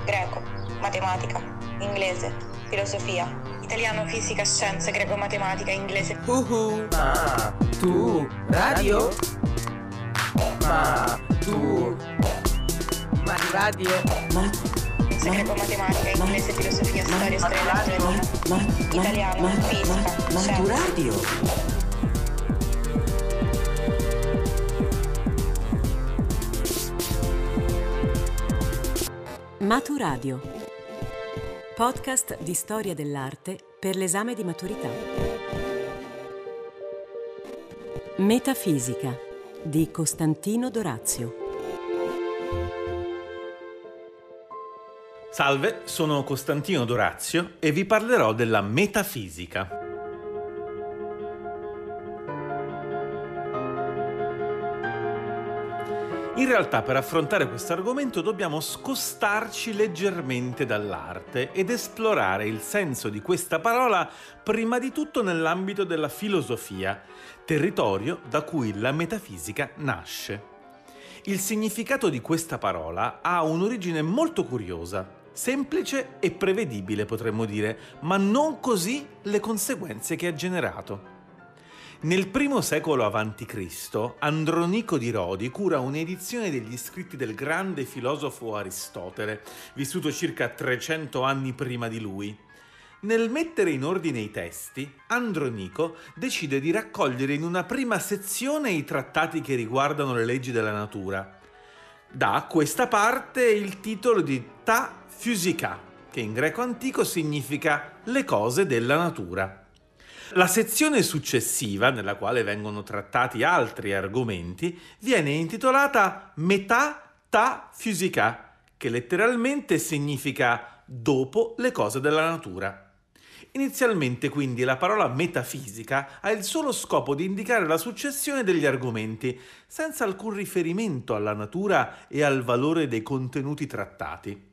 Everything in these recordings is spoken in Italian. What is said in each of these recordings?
greco, matematica, inglese, filosofia, italiano, fisica, scienze, greco, matematica, inglese. Ma tu radio? Ma tu radio? Greco, matematica, inglese, filosofia, storia, letteratura, italiano, fisica, Ma tu radio? Maturadio, podcast di storia dell'arte per l'esame di maturità. Metafisica di Costantino Dorazio. Salve, sono Costantino Dorazio e vi parlerò della metafisica. In realtà, per affrontare questo argomento dobbiamo scostarci leggermente dall'arte ed esplorare il senso di questa parola prima di tutto nell'ambito della filosofia, territorio da cui la metafisica nasce. Il significato di questa parola ha un'origine molto curiosa, semplice e prevedibile potremmo dire, ma non così le conseguenze che ha generato. Nel I secolo a.C., Andronico di Rodi cura un'edizione degli scritti del grande filosofo Aristotele, vissuto circa 300 anni prima di lui. Nel mettere in ordine i testi, Andronico decide di raccogliere in una prima sezione i trattati che riguardano le leggi della natura. Dà a questa parte il titolo di Ta Physica, che in greco antico significa le cose della natura. La sezione successiva, nella quale vengono trattati altri argomenti, viene intitolata Meta Ta Physica, che letteralmente significa dopo le cose della natura. Inizialmente, quindi, la parola metafisica ha il solo scopo di indicare la successione degli argomenti, senza alcun riferimento alla natura e al valore dei contenuti trattati.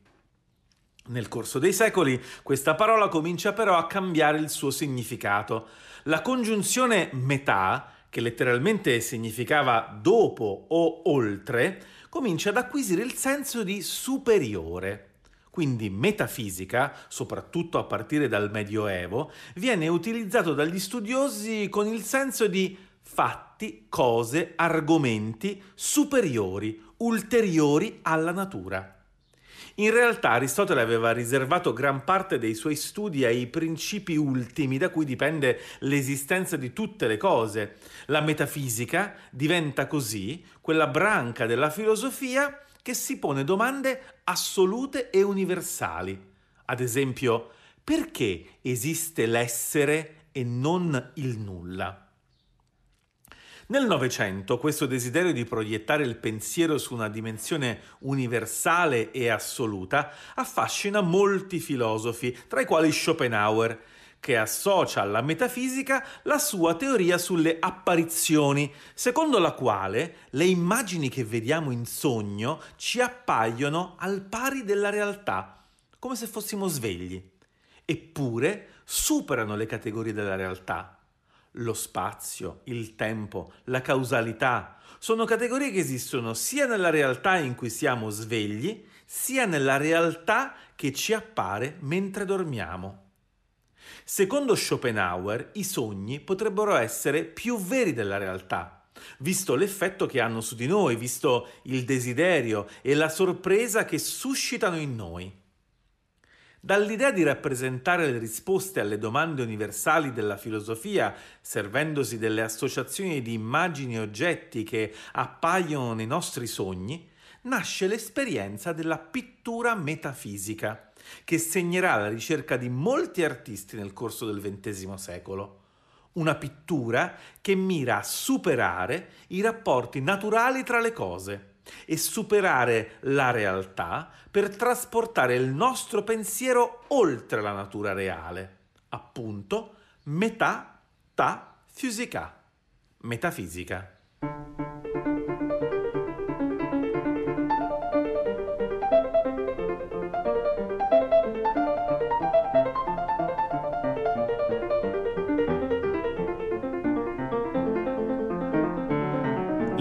Nel corso dei secoli questa parola comincia però a cambiare il suo significato. La congiunzione metà, che letteralmente significava dopo o oltre, comincia ad acquisire il senso di superiore. Quindi metafisica, soprattutto a partire dal Medioevo, viene utilizzato dagli studiosi con il senso di fatti, cose, argomenti superiori, ulteriori alla natura. In realtà Aristotele aveva riservato gran parte dei suoi studi ai principi ultimi da cui dipende l'esistenza di tutte le cose. La metafisica diventa così quella branca della filosofia che si pone domande assolute e universali. Ad esempio, perché esiste l'essere e non il nulla? Nel Novecento questo desiderio di proiettare il pensiero su una dimensione universale e assoluta affascina molti filosofi, tra i quali Schopenhauer, che associa alla metafisica la sua teoria sulle apparizioni, secondo la quale le immagini che vediamo in sogno ci appaiono al pari della realtà, come se fossimo svegli, eppure superano le categorie della realtà. Lo spazio, il tempo, la causalità sono categorie che esistono sia nella realtà in cui siamo svegli, sia nella realtà che ci appare mentre dormiamo. Secondo Schopenhauer, i sogni potrebbero essere più veri della realtà, visto l'effetto che hanno su di noi, visto il desiderio e la sorpresa che suscitano in noi. Dall'idea di rappresentare le risposte alle domande universali della filosofia, servendosi delle associazioni di immagini e oggetti che appaiono nei nostri sogni, nasce l'esperienza della pittura metafisica, che segnerà la ricerca di molti artisti nel corso del XX secolo. Una pittura che mira a superare i rapporti naturali tra le cose e superare la realtà per trasportare il nostro pensiero oltre la natura reale, appunto metà ta physica, metafisica.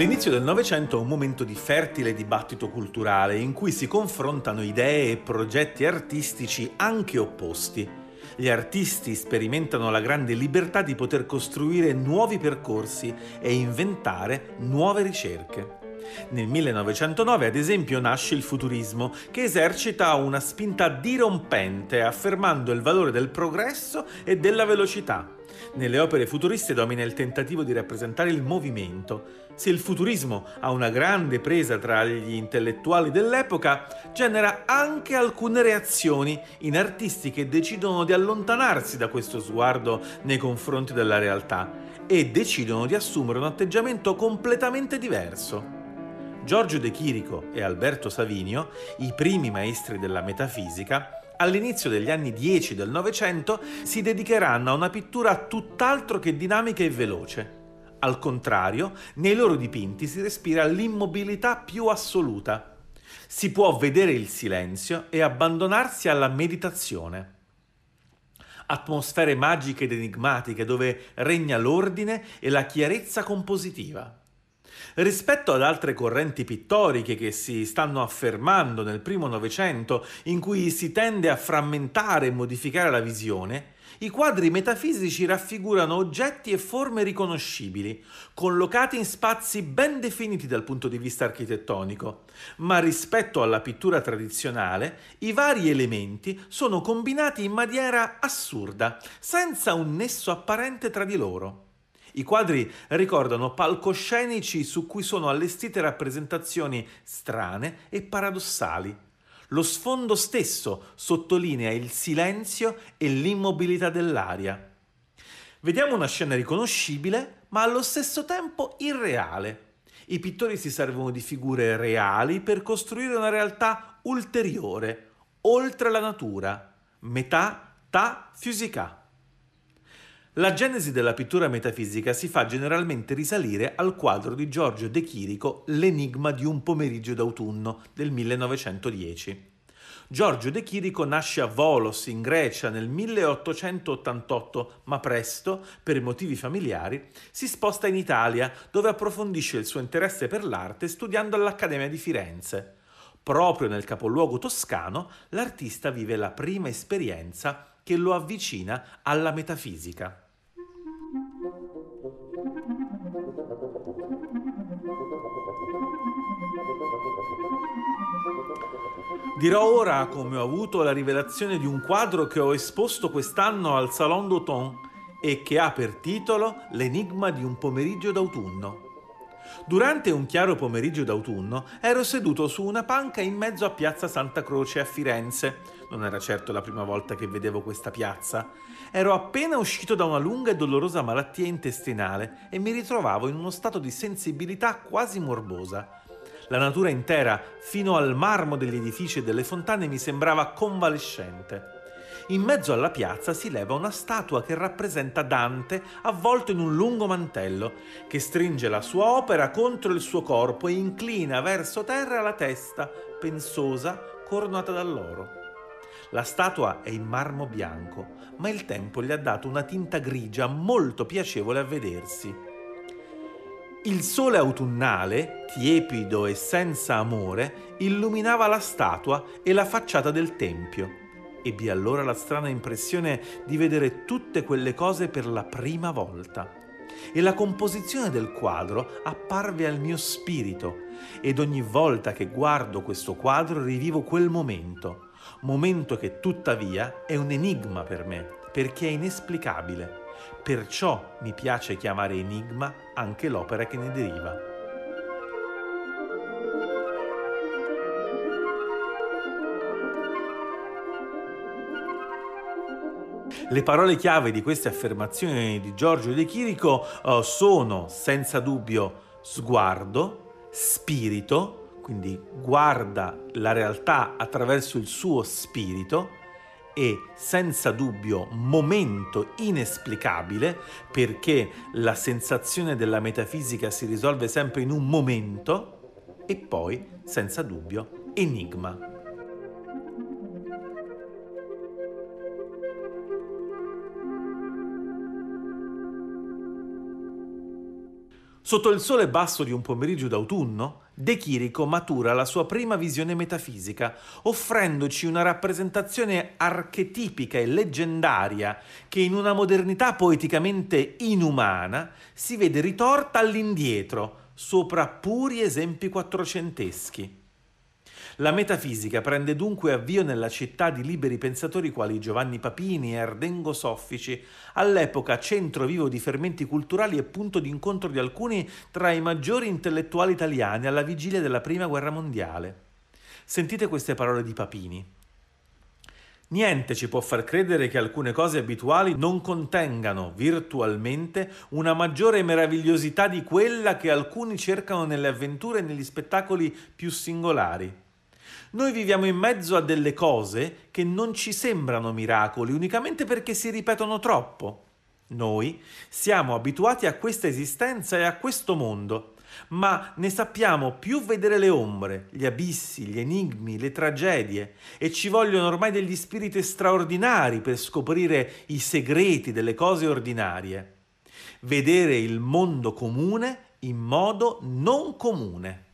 L'inizio del Novecento è un momento di fertile dibattito culturale in cui si confrontano idee e progetti artistici anche opposti. Gli artisti sperimentano la grande libertà di poter costruire nuovi percorsi e inventare nuove ricerche. Nel 1909, ad esempio, nasce il futurismo, che esercita una spinta dirompente, affermando il valore del progresso e della velocità. Nelle opere futuriste domina il tentativo di rappresentare il movimento. Se il futurismo ha una grande presa tra gli intellettuali dell'epoca, genera anche alcune reazioni in artisti che decidono di allontanarsi da questo sguardo nei confronti della realtà e decidono di assumere un atteggiamento completamente diverso. Giorgio De Chirico e Alberto Savinio, i primi maestri della metafisica, all'inizio degli anni 10 del Novecento si dedicheranno a una pittura tutt'altro che dinamica e veloce. Al contrario, nei loro dipinti si respira l'immobilità più assoluta. Si può vedere il silenzio e abbandonarsi alla meditazione. Atmosfere magiche ed enigmatiche dove regna l'ordine e la chiarezza compositiva. Rispetto ad altre correnti pittoriche che si stanno affermando nel primo Novecento, in cui si tende a frammentare e modificare la visione, i quadri metafisici raffigurano oggetti e forme riconoscibili, collocati in spazi ben definiti dal punto di vista architettonico, ma rispetto alla pittura tradizionale, i vari elementi sono combinati in maniera assurda, senza un nesso apparente tra di loro. I quadri ricordano palcoscenici su cui sono allestite rappresentazioni strane e paradossali. Lo sfondo stesso sottolinea il silenzio e l'immobilità dell'aria. Vediamo una scena riconoscibile, ma allo stesso tempo irreale. I pittori si servono di figure reali per costruire una realtà ulteriore, oltre la natura, metà ta physica. La genesi della pittura metafisica si fa generalmente risalire al quadro di Giorgio De Chirico L'enigma di un pomeriggio d'autunno del 1910. Giorgio De Chirico nasce a Volos in Grecia nel 1888, ma presto, per motivi familiari, si sposta in Italia, dove approfondisce il suo interesse per l'arte studiando all'Accademia di Firenze. Proprio nel capoluogo toscano, l'artista vive la prima esperienza che lo avvicina alla metafisica. Dirò ora come ho avuto la rivelazione di un quadro che ho esposto quest'anno al Salon d'Automne e che ha per titolo L'enigma di un pomeriggio d'autunno. Durante un chiaro pomeriggio d'autunno ero seduto su una panca in mezzo a Piazza Santa Croce a Firenze. Non era certo la prima volta che vedevo questa piazza. Ero appena uscito da una lunga e dolorosa malattia intestinale e mi ritrovavo in uno stato di sensibilità quasi morbosa. La natura intera, fino al marmo degli edifici e delle fontane, mi sembrava convalescente. In mezzo alla piazza si leva una statua che rappresenta Dante avvolto in un lungo mantello, che stringe la sua opera contro il suo corpo e inclina verso terra la testa, pensosa, coronata dall'oro. La statua è in marmo bianco, ma il tempo gli ha dato una tinta grigia molto piacevole a vedersi. Il sole autunnale, tiepido e senza amore, illuminava la statua e la facciata del tempio. Ebbi allora la strana impressione di vedere tutte quelle cose per la prima volta. E la composizione del quadro apparve al mio spirito, ed ogni volta che guardo questo quadro rivivo quel momento che tuttavia è un enigma per me, perché è inesplicabile. Perciò mi piace chiamare enigma anche l'opera che ne deriva. Le parole chiave di queste affermazioni di Giorgio De Chirico sono senza dubbio sguardo, spirito, quindi guarda la realtà attraverso il suo spirito, e senza dubbio momento inesplicabile, perché la sensazione della metafisica si risolve sempre in un momento, e poi senza dubbio enigma. Sotto il sole basso di un pomeriggio d'autunno, De Chirico matura la sua prima visione metafisica, offrendoci una rappresentazione archetipica e leggendaria che in una modernità poeticamente inumana si vede ritorta all'indietro, sopra puri esempi quattrocenteschi. La metafisica prende dunque avvio nella città di liberi pensatori quali Giovanni Papini e Ardengo Soffici, all'epoca centro vivo di fermenti culturali e punto d'incontro di alcuni tra i maggiori intellettuali italiani alla vigilia della Prima Guerra Mondiale. Sentite queste parole di Papini. Niente ci può far credere che alcune cose abituali non contengano, virtualmente, una maggiore meravigliosità di quella che alcuni cercano nelle avventure e negli spettacoli più singolari. Noi viviamo in mezzo a delle cose che non ci sembrano miracoli unicamente perché si ripetono troppo. Noi siamo abituati a questa esistenza e a questo mondo, ma ne sappiamo più vedere le ombre, gli abissi, gli enigmi, le tragedie, e ci vogliono ormai degli spiriti straordinari per scoprire i segreti delle cose ordinarie. Vedere il mondo comune in modo non comune.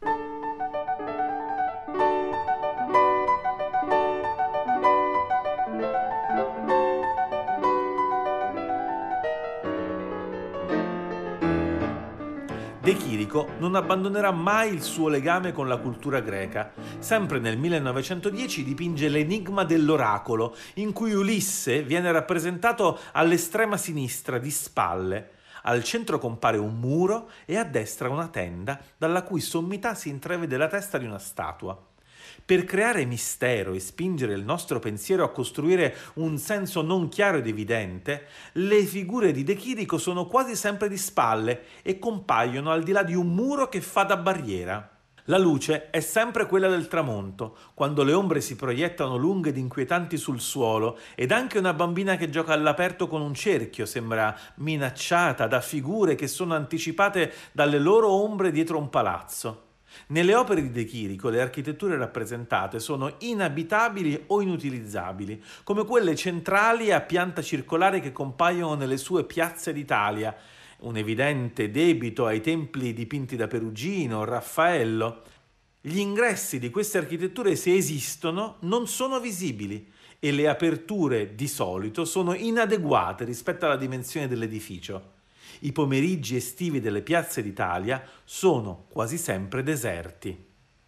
De Chirico non abbandonerà mai il suo legame con la cultura greca. Sempre nel 1910 dipinge l'Enigma dell'oracolo, in cui Ulisse viene rappresentato all'estrema sinistra, di spalle. Al centro compare un muro e a destra una tenda, dalla cui sommità si intravede la testa di una statua. Per creare mistero e spingere il nostro pensiero a costruire un senso non chiaro ed evidente, le figure di De Chirico sono quasi sempre di spalle e compaiono al di là di un muro che fa da barriera. La luce è sempre quella del tramonto, quando le ombre si proiettano lunghe ed inquietanti sul suolo, ed anche una bambina che gioca all'aperto con un cerchio sembra minacciata da figure che sono anticipate dalle loro ombre dietro un palazzo. Nelle opere di De Chirico le architetture rappresentate sono inabitabili o inutilizzabili, come quelle centrali a pianta circolare che compaiono nelle sue piazze d'Italia, un evidente debito ai templi dipinti da Perugino, Raffaello. Gli ingressi di queste architetture, se esistono, non sono visibili e le aperture di solito sono inadeguate rispetto alla dimensione dell'edificio. I pomeriggi estivi delle piazze d'Italia sono quasi sempre deserti.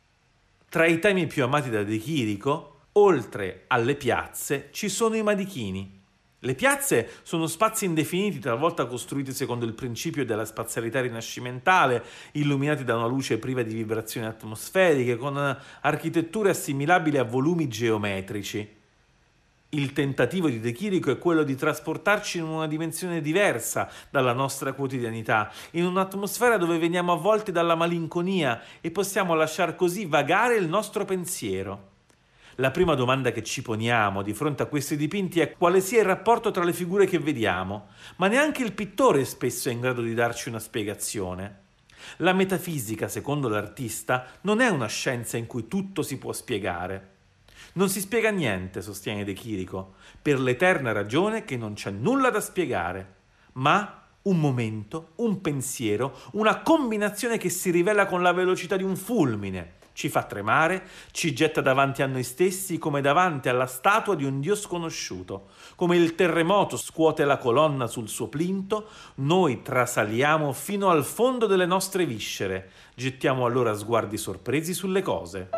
Tra i temi più amati da De Chirico, oltre alle piazze, ci sono i manichini. Le piazze sono spazi indefiniti, talvolta costruiti secondo il principio della spazialità rinascimentale, illuminati da una luce priva di vibrazioni atmosferiche, con architetture assimilabili a volumi geometrici. Il tentativo di De Chirico è quello di trasportarci in una dimensione diversa dalla nostra quotidianità, in un'atmosfera dove veniamo avvolti dalla malinconia e possiamo lasciar così vagare il nostro pensiero. La prima domanda che ci poniamo di fronte a questi dipinti è quale sia il rapporto tra le figure che vediamo, ma neanche il pittore spesso è in grado di darci una spiegazione. La metafisica, secondo l'artista, non è una scienza in cui tutto si può spiegare. Non si spiega niente, sostiene De Chirico, per l'eterna ragione che non c'è nulla da spiegare, ma un momento, un pensiero, una combinazione che si rivela con la velocità di un fulmine, ci fa tremare, ci getta davanti a noi stessi come davanti alla statua di un dio sconosciuto. Come il terremoto scuote la colonna sul suo plinto, noi trasaliamo fino al fondo delle nostre viscere, gettiamo allora sguardi sorpresi sulle cose.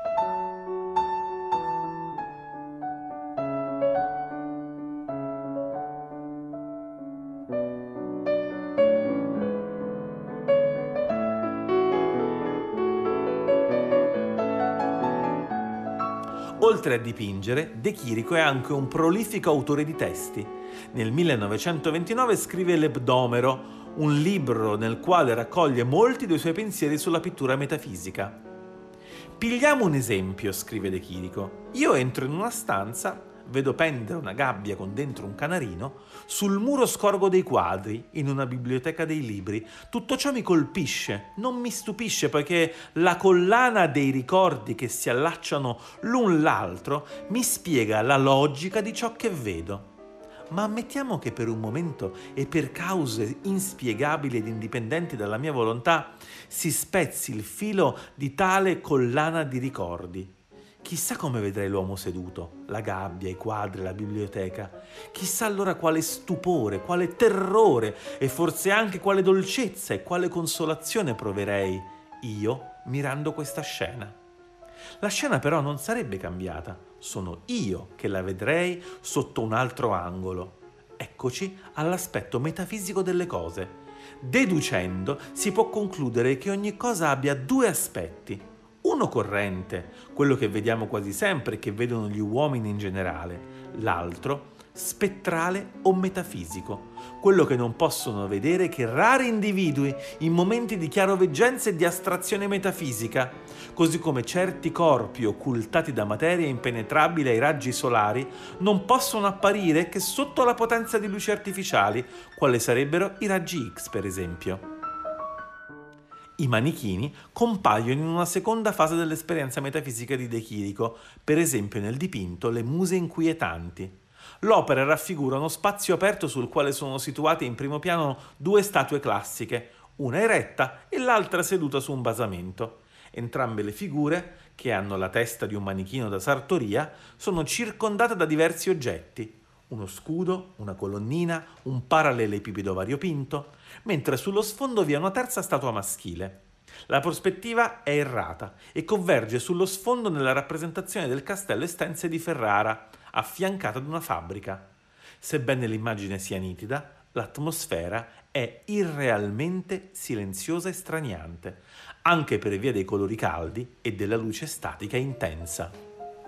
Oltre a dipingere, De Chirico è anche un prolifico autore di testi. Nel 1929 scrive l'Ebdomero, un libro nel quale raccoglie molti dei suoi pensieri sulla pittura metafisica. Pigliamo un esempio, scrive De Chirico. Io entro in una stanza, vedo pendere una gabbia con dentro un canarino, sul muro scorgo dei quadri, in una biblioteca dei libri. Tutto ciò mi colpisce, non mi stupisce, poiché la collana dei ricordi che si allacciano l'un l'altro mi spiega la logica di ciò che vedo. ma ammettiamo che per un momento e per cause inspiegabili ed indipendenti dalla mia volontà si spezzi il filo di tale collana di ricordi. Chissà come vedrei l'uomo seduto, la gabbia, i quadri, la biblioteca. Chissà allora quale stupore, quale terrore e forse anche quale dolcezza e quale consolazione proverei io mirando questa scena. La scena però non sarebbe cambiata, sono io che la vedrei sotto un altro angolo. Eccoci all'aspetto metafisico delle cose. Deducendo si può concludere che ogni cosa abbia due aspetti. Uno corrente, quello che vediamo quasi sempre e che vedono gli uomini in generale, l'altro spettrale o metafisico, quello che non possono vedere che rari individui in momenti di chiaroveggenza e di astrazione metafisica, così come certi corpi occultati da materia impenetrabile ai raggi solari non possono apparire che sotto la potenza di luci artificiali, quali sarebbero i raggi X per esempio. I manichini compaiono in una seconda fase dell'esperienza metafisica di De Chirico, per esempio nel dipinto Le Muse Inquietanti. L'opera raffigura uno spazio aperto sul quale sono situate in primo piano due statue classiche, una eretta e l'altra seduta su un basamento. Entrambe le figure, che hanno la testa di un manichino da sartoria, sono circondate da diversi oggetti. Uno scudo, una colonnina, un parallelepipedo variopinto, mentre sullo sfondo vi è una terza statua maschile. La prospettiva è errata e converge sullo sfondo nella rappresentazione del castello estense di Ferrara, affiancata ad una fabbrica. Sebbene l'immagine sia nitida, l'atmosfera è irrealmente silenziosa e straniante, anche per via dei colori caldi e della luce statica intensa.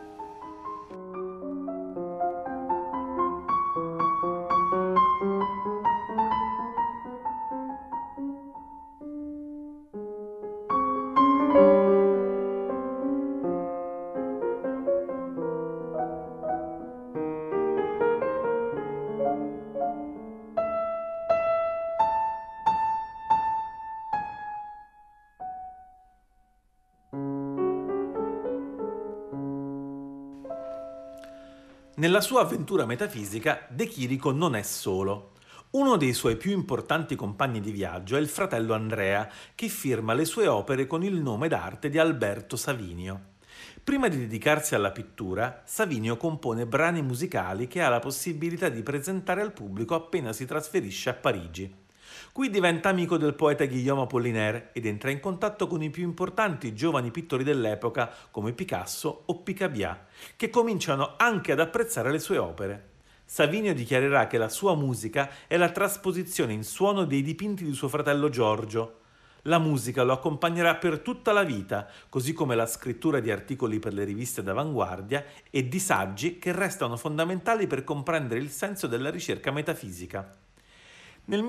Nella sua avventura metafisica, De Chirico non è solo. Uno dei suoi più importanti compagni di viaggio è il fratello Andrea, che firma le sue opere con il nome d'arte di Alberto Savinio. Prima di dedicarsi alla pittura, Savinio compone brani musicali che ha la possibilità di presentare al pubblico appena si trasferisce a Parigi. Qui diventa amico del poeta Guillaume Apollinaire ed entra in contatto con i più importanti giovani pittori dell'epoca come Picasso o Picabia, che cominciano anche ad apprezzare le sue opere. Savinio dichiarerà che la sua musica è la trasposizione in suono dei dipinti di suo fratello Giorgio. La musica lo accompagnerà per tutta la vita, così come la scrittura di articoli per le riviste d'avanguardia e di saggi che restano fondamentali per comprendere il senso della ricerca metafisica. Nel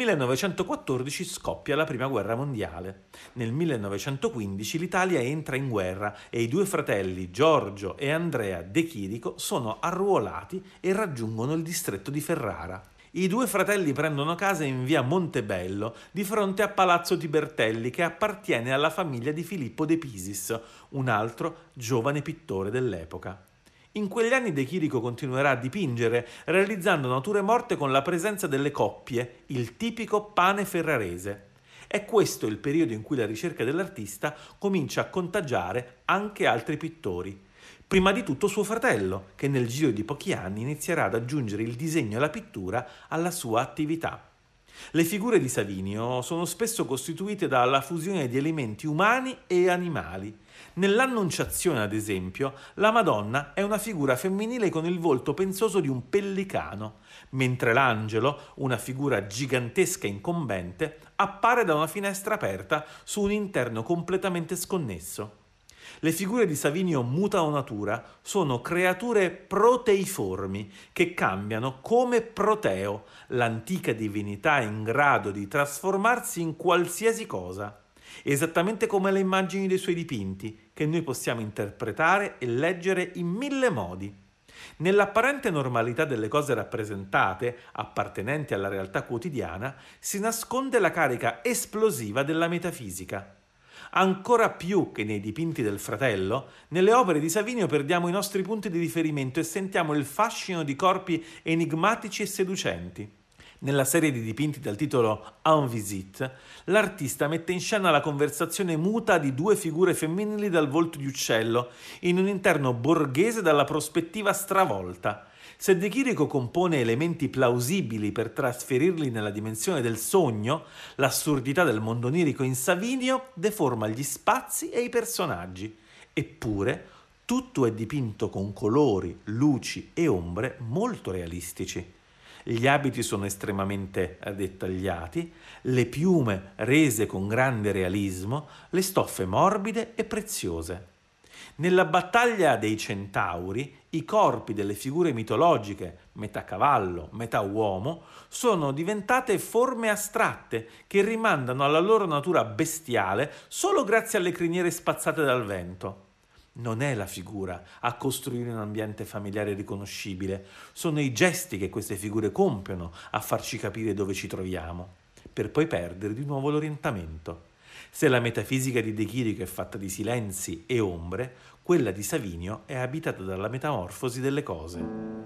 1914 scoppia la Prima Guerra Mondiale. Nel 1915 l'Italia entra in guerra e i due fratelli Giorgio e Andrea De Chirico sono arruolati e raggiungono il distretto di Ferrara. I due fratelli prendono casa in via Montebello, di fronte a Palazzo Tibertelli, che appartiene alla famiglia di Filippo de Pisis, un altro giovane pittore dell'epoca. In quegli anni De Chirico continuerà a dipingere, realizzando nature morte con la presenza delle coppie, il tipico pane ferrarese. È questo il periodo in cui la ricerca dell'artista comincia a contagiare anche altri pittori. Prima di tutto suo fratello, che nel giro di pochi anni inizierà ad aggiungere il disegno e la pittura alla sua attività. Le figure di Savinio sono spesso costituite dalla fusione di elementi umani e animali. Nell'Annunciazione, ad esempio, la Madonna è una figura femminile con il volto pensoso di un pellicano, mentre l'Angelo, una figura gigantesca e incombente, appare da una finestra aperta su un interno completamente sconnesso. Le figure di Savinio mutano natura, sono creature proteiformi che cambiano come Proteo, l'antica divinità in grado di trasformarsi in qualsiasi cosa, esattamente come le immagini dei suoi dipinti, che noi possiamo interpretare e leggere in 1000 modi. Nell'apparente normalità delle cose rappresentate, appartenenti alla realtà quotidiana, si nasconde la carica esplosiva della metafisica. Ancora più che nei dipinti del fratello, nelle opere di Savinio perdiamo i nostri punti di riferimento e sentiamo il fascino di corpi enigmatici e seducenti. Nella serie di dipinti dal titolo En visite, l'artista mette in scena la conversazione muta di due figure femminili dal volto di uccello, in un interno borghese dalla prospettiva stravolta. Se De Chirico compone elementi plausibili per trasferirli nella dimensione del sogno, l'assurdità del mondo onirico in Savinio deforma gli spazi e i personaggi. Eppure, tutto è dipinto con colori, luci e ombre molto realistici. Gli abiti sono estremamente dettagliati, le piume rese con grande realismo, le stoffe morbide e preziose. Nella battaglia dei centauri, i corpi delle figure mitologiche, metà cavallo, metà uomo, sono diventate forme astratte che rimandano alla loro natura bestiale solo grazie alle criniere spazzate dal vento. Non è la figura a costruire un ambiente familiare riconoscibile, sono i gesti che queste figure compiono a farci capire dove ci troviamo, per poi perdere di nuovo l'orientamento. Se la metafisica di De Chirico è fatta di silenzi e ombre, quella di Savinio è abitata dalla metamorfosi delle cose.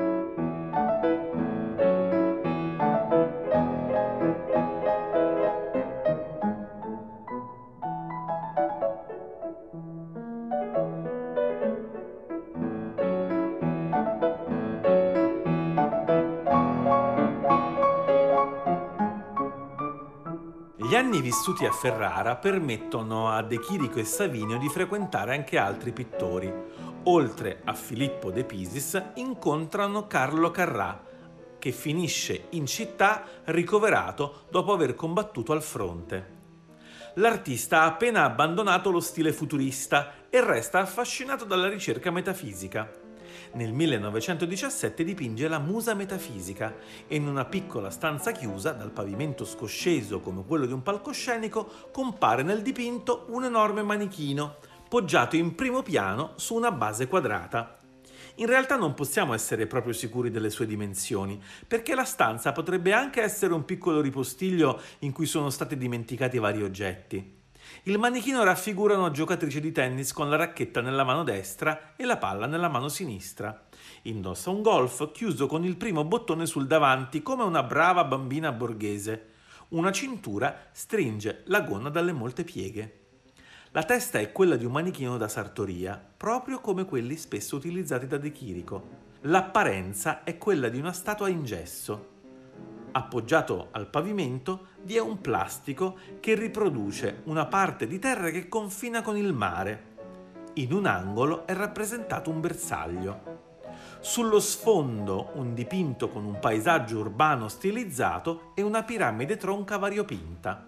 Gli anni vissuti a Ferrara permettono a De Chirico e Savinio di frequentare anche altri pittori. Oltre a Filippo de Pisis, incontrano Carlo Carrà, che finisce in città ricoverato dopo aver combattuto al fronte. L'artista ha appena abbandonato lo stile futurista e resta affascinato dalla ricerca metafisica. Nel 1917 dipinge La Musa Metafisica e in una piccola stanza chiusa, dal pavimento scosceso come quello di un palcoscenico, compare nel dipinto un enorme manichino, poggiato in primo piano su una base quadrata. In realtà non possiamo essere proprio sicuri delle sue dimensioni, perché la stanza potrebbe anche essere un piccolo ripostiglio in cui sono stati dimenticati vari oggetti. Il manichino raffigura una giocatrice di tennis con la racchetta nella mano destra e la palla nella mano sinistra. Indossa un golf chiuso con il primo bottone sul davanti come una brava bambina borghese. Una cintura stringe la gonna dalle molte pieghe. La testa è quella di un manichino da sartoria, proprio come quelli spesso utilizzati da De Chirico. L'apparenza è quella di una statua in gesso. Appoggiato al pavimento vi è un plastico che riproduce una parte di terra che confina con il mare. In un angolo è rappresentato un bersaglio. Sullo sfondo un dipinto con un paesaggio urbano stilizzato e una piramide tronca variopinta.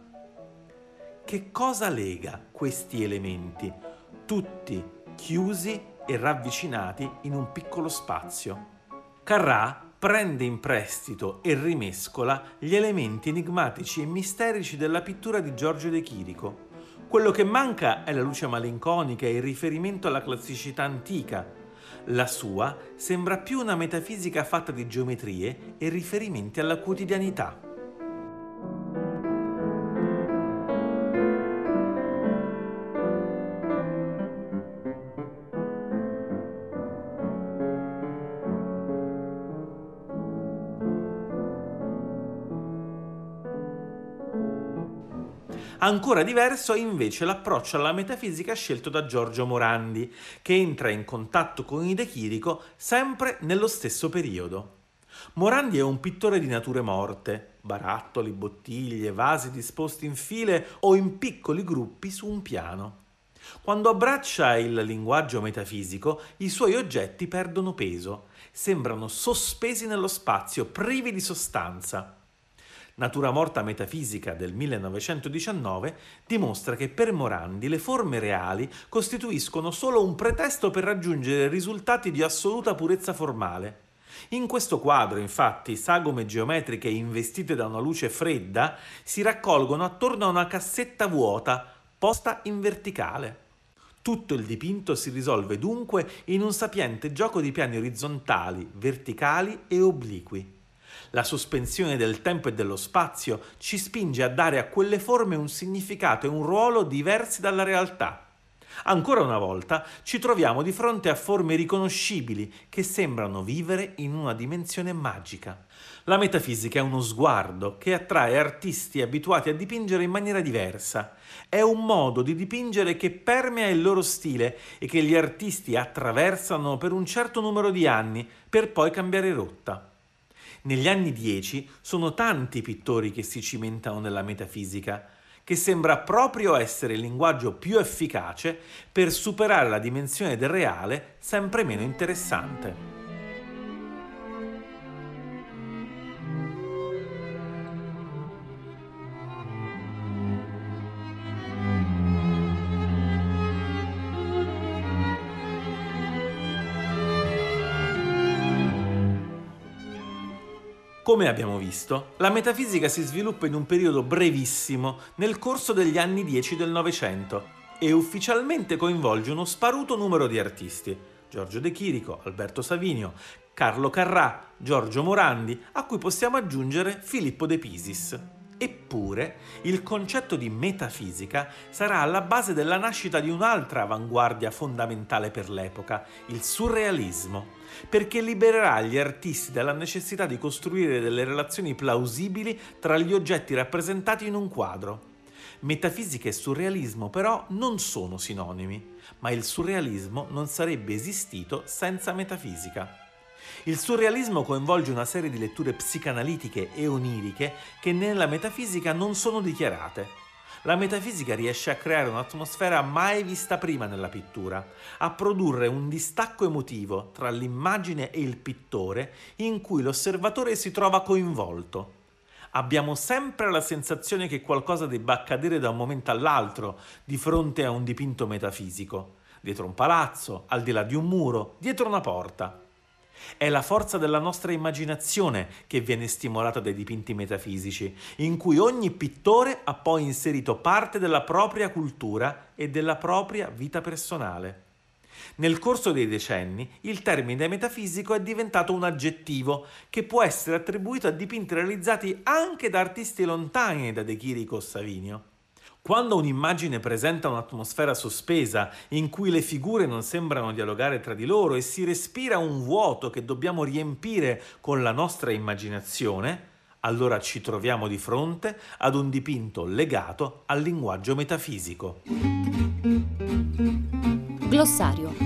Che cosa lega questi elementi, tutti chiusi e ravvicinati in un piccolo spazio? Carrà prende in prestito e rimescola gli elementi enigmatici e misterici della pittura di Giorgio De Chirico. Quello che manca è la luce malinconica e il riferimento alla classicità antica. La sua sembra più una metafisica fatta di geometrie e riferimenti alla quotidianità. Ancora diverso è invece l'approccio alla metafisica scelto da Giorgio Morandi, che entra in contatto con il De Chirico sempre nello stesso periodo. Morandi è un pittore di nature morte, barattoli, bottiglie, vasi disposti in file o in piccoli gruppi su un piano. Quando abbraccia il linguaggio metafisico, i suoi oggetti perdono peso, sembrano sospesi nello spazio, privi di sostanza. Natura morta metafisica del 1919 dimostra che per Morandi le forme reali costituiscono solo un pretesto per raggiungere risultati di assoluta purezza formale. In questo quadro, infatti, sagome geometriche investite da una luce fredda si raccolgono attorno a una cassetta vuota, posta in verticale. Tutto il dipinto si risolve dunque in un sapiente gioco di piani orizzontali, verticali e obliqui. La sospensione del tempo e dello spazio ci spinge a dare a quelle forme un significato e un ruolo diversi dalla realtà. Ancora una volta ci troviamo di fronte a forme riconoscibili che sembrano vivere in una dimensione magica. La metafisica è uno sguardo che attrae artisti abituati a dipingere in maniera diversa. È un modo di dipingere che permea il loro stile e che gli artisti attraversano per un certo numero di anni per poi cambiare rotta. Negli anni 10 sono tanti i pittori che si cimentano nella metafisica, che sembra proprio essere il linguaggio più efficace per superare la dimensione del reale sempre meno interessante. Come abbiamo visto, la metafisica si sviluppa in un periodo brevissimo nel corso degli anni 10 del Novecento e ufficialmente coinvolge uno sparuto numero di artisti: Giorgio De Chirico, Alberto Savinio, Carlo Carrà, Giorgio Morandi, a cui possiamo aggiungere Filippo De Pisis. Eppure, il concetto di metafisica sarà alla base della nascita di un'altra avanguardia fondamentale per l'epoca, il surrealismo, perché libererà gli artisti dalla necessità di costruire delle relazioni plausibili tra gli oggetti rappresentati in un quadro. Metafisica e surrealismo però non sono sinonimi, ma il surrealismo non sarebbe esistito senza metafisica. Il surrealismo coinvolge una serie di letture psicanalitiche e oniriche che nella metafisica non sono dichiarate. La metafisica riesce a creare un'atmosfera mai vista prima nella pittura, a produrre un distacco emotivo tra l'immagine e il pittore in cui l'osservatore si trova coinvolto. Abbiamo sempre la sensazione che qualcosa debba accadere da un momento all'altro di fronte a un dipinto metafisico, dietro un palazzo, al di là di un muro, dietro una porta. È la forza della nostra immaginazione che viene stimolata dai dipinti metafisici, in cui ogni pittore ha poi inserito parte della propria cultura e della propria vita personale. Nel corso dei decenni, il termine metafisico è diventato un aggettivo che può essere attribuito a dipinti realizzati anche da artisti lontani da De Chirico o Savinio. Quando un'immagine presenta un'atmosfera sospesa, in cui le figure non sembrano dialogare tra di loro e si respira un vuoto che dobbiamo riempire con la nostra immaginazione, allora ci troviamo di fronte ad un dipinto legato al linguaggio metafisico. Glossario.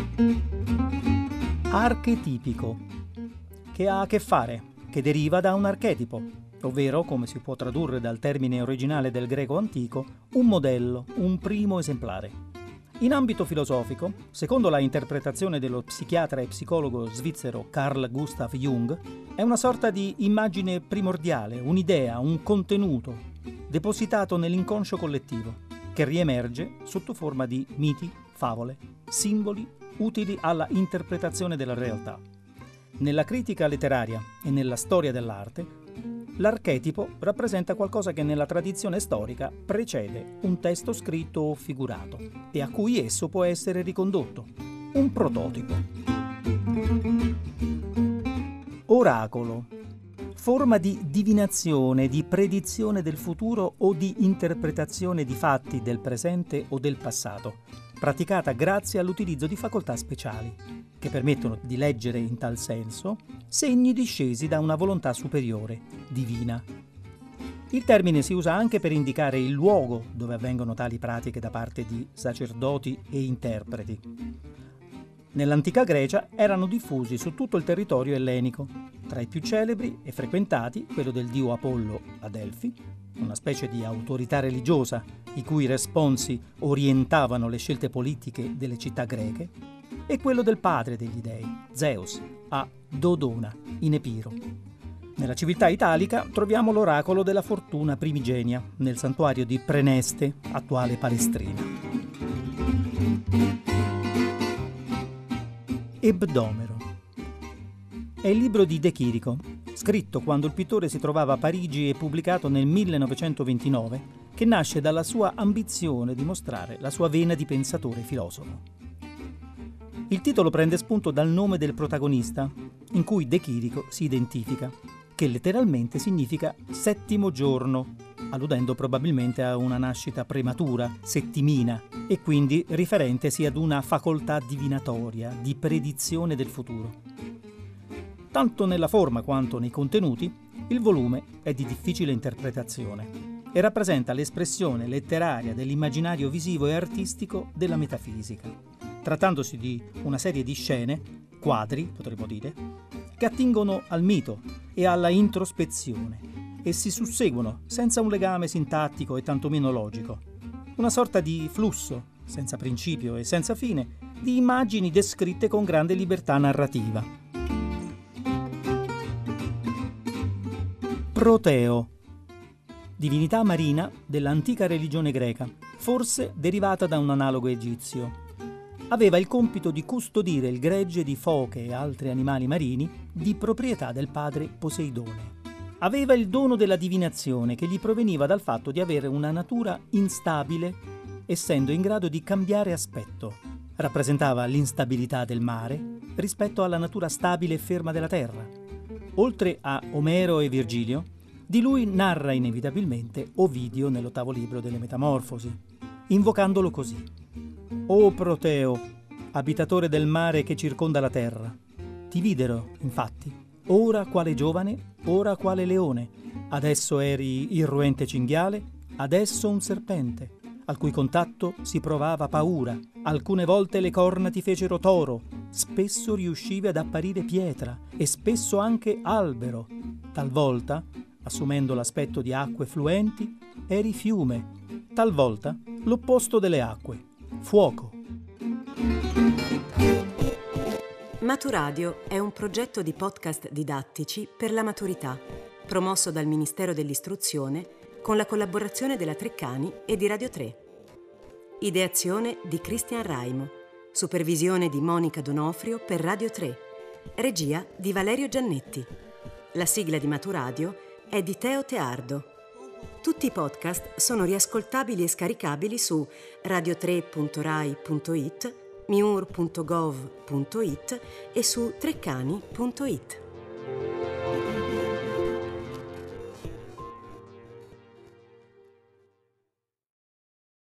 Archetipico, che ha a che fare, che deriva da un archetipo, ovvero, come si può tradurre dal termine originale del greco antico, un modello, un primo esemplare. In ambito filosofico, secondo la interpretazione dello psichiatra e psicologo svizzero Carl Gustav Jung, è una sorta di immagine primordiale, un'idea, un contenuto, depositato nell'inconscio collettivo, che riemerge sotto forma di miti, favole, simboli utili alla interpretazione della realtà. Nella critica letteraria e nella storia dell'arte, l'archetipo rappresenta qualcosa che nella tradizione storica precede un testo scritto o figurato e a cui esso può essere ricondotto, un prototipo. Oracolo, forma di divinazione, di predizione del futuro o di interpretazione di fatti del presente o del passato, praticata grazie all'utilizzo di facoltà speciali, che permettono di leggere in tal senso segni discesi da una volontà superiore, divina. Il termine si usa anche per indicare il luogo dove avvengono tali pratiche da parte di sacerdoti e interpreti. Nell'antica Grecia erano diffusi su tutto il territorio ellenico. Tra i più celebri e frequentati quello del dio Apollo a Delfi, una specie di autorità religiosa i cui responsi orientavano le scelte politiche delle città greche, e quello del padre degli dei, Zeus, a Dodona, in Epiro. Nella civiltà italica troviamo l'oracolo della fortuna primigenia, nel santuario di Preneste, attuale Palestrina. Ebdomero. È il libro di De Chirico, scritto quando il pittore si trovava a Parigi e pubblicato nel 1929, che nasce dalla sua ambizione di mostrare la sua vena di pensatore filosofo. Il titolo prende spunto dal nome del protagonista, in cui De Chirico si identifica, che letteralmente significa settimo giorno, alludendo probabilmente a una nascita prematura, settimina, e quindi riferentesi ad una facoltà divinatoria di predizione del futuro. Tanto nella forma quanto nei contenuti, il volume è di difficile interpretazione e rappresenta l'espressione letteraria dell'immaginario visivo e artistico della metafisica, trattandosi di una serie di scene, quadri potremmo dire, che attingono al mito e alla introspezione e si susseguono senza un legame sintattico e tantomeno logico, una sorta di flusso, senza principio e senza fine, di immagini descritte con grande libertà narrativa. Proteo, divinità marina dell'antica religione greca, forse derivata da un analogo egizio. Aveva il compito di custodire il gregge di foche e altri animali marini di proprietà del padre Poseidone. Aveva il dono della divinazione che gli proveniva dal fatto di avere una natura instabile, essendo in grado di cambiare aspetto. Rappresentava l'instabilità del mare rispetto alla natura stabile e ferma della terra. Oltre a Omero e Virgilio, di lui narra inevitabilmente Ovidio nell'8° libro delle Metamorfosi, invocandolo così: «O Proteo, abitatore del mare che circonda la terra, ti videro, infatti, ora quale giovane, ora quale leone, adesso eri irruente cinghiale, adesso un serpente, al cui contatto si provava paura, alcune volte le corna ti fecero toro, spesso riuscivi ad apparire pietra e spesso anche albero, talvolta, assumendo l'aspetto di acque fluenti, eri fiume, talvolta l'opposto delle acque, fuoco». Maturadio è un progetto di podcast didattici per la maturità, promosso dal Ministero dell'Istruzione con la collaborazione della Treccani e di Radio 3. Ideazione di Cristian Raimo, supervisione di Monica Donofrio per Radio 3, regia di Valerio Giannetti. La sigla di Maturadio è di Teo Teardo. Tutti i podcast sono riascoltabili e scaricabili su radio3.rai.it, miur.gov.it e su treccani.it.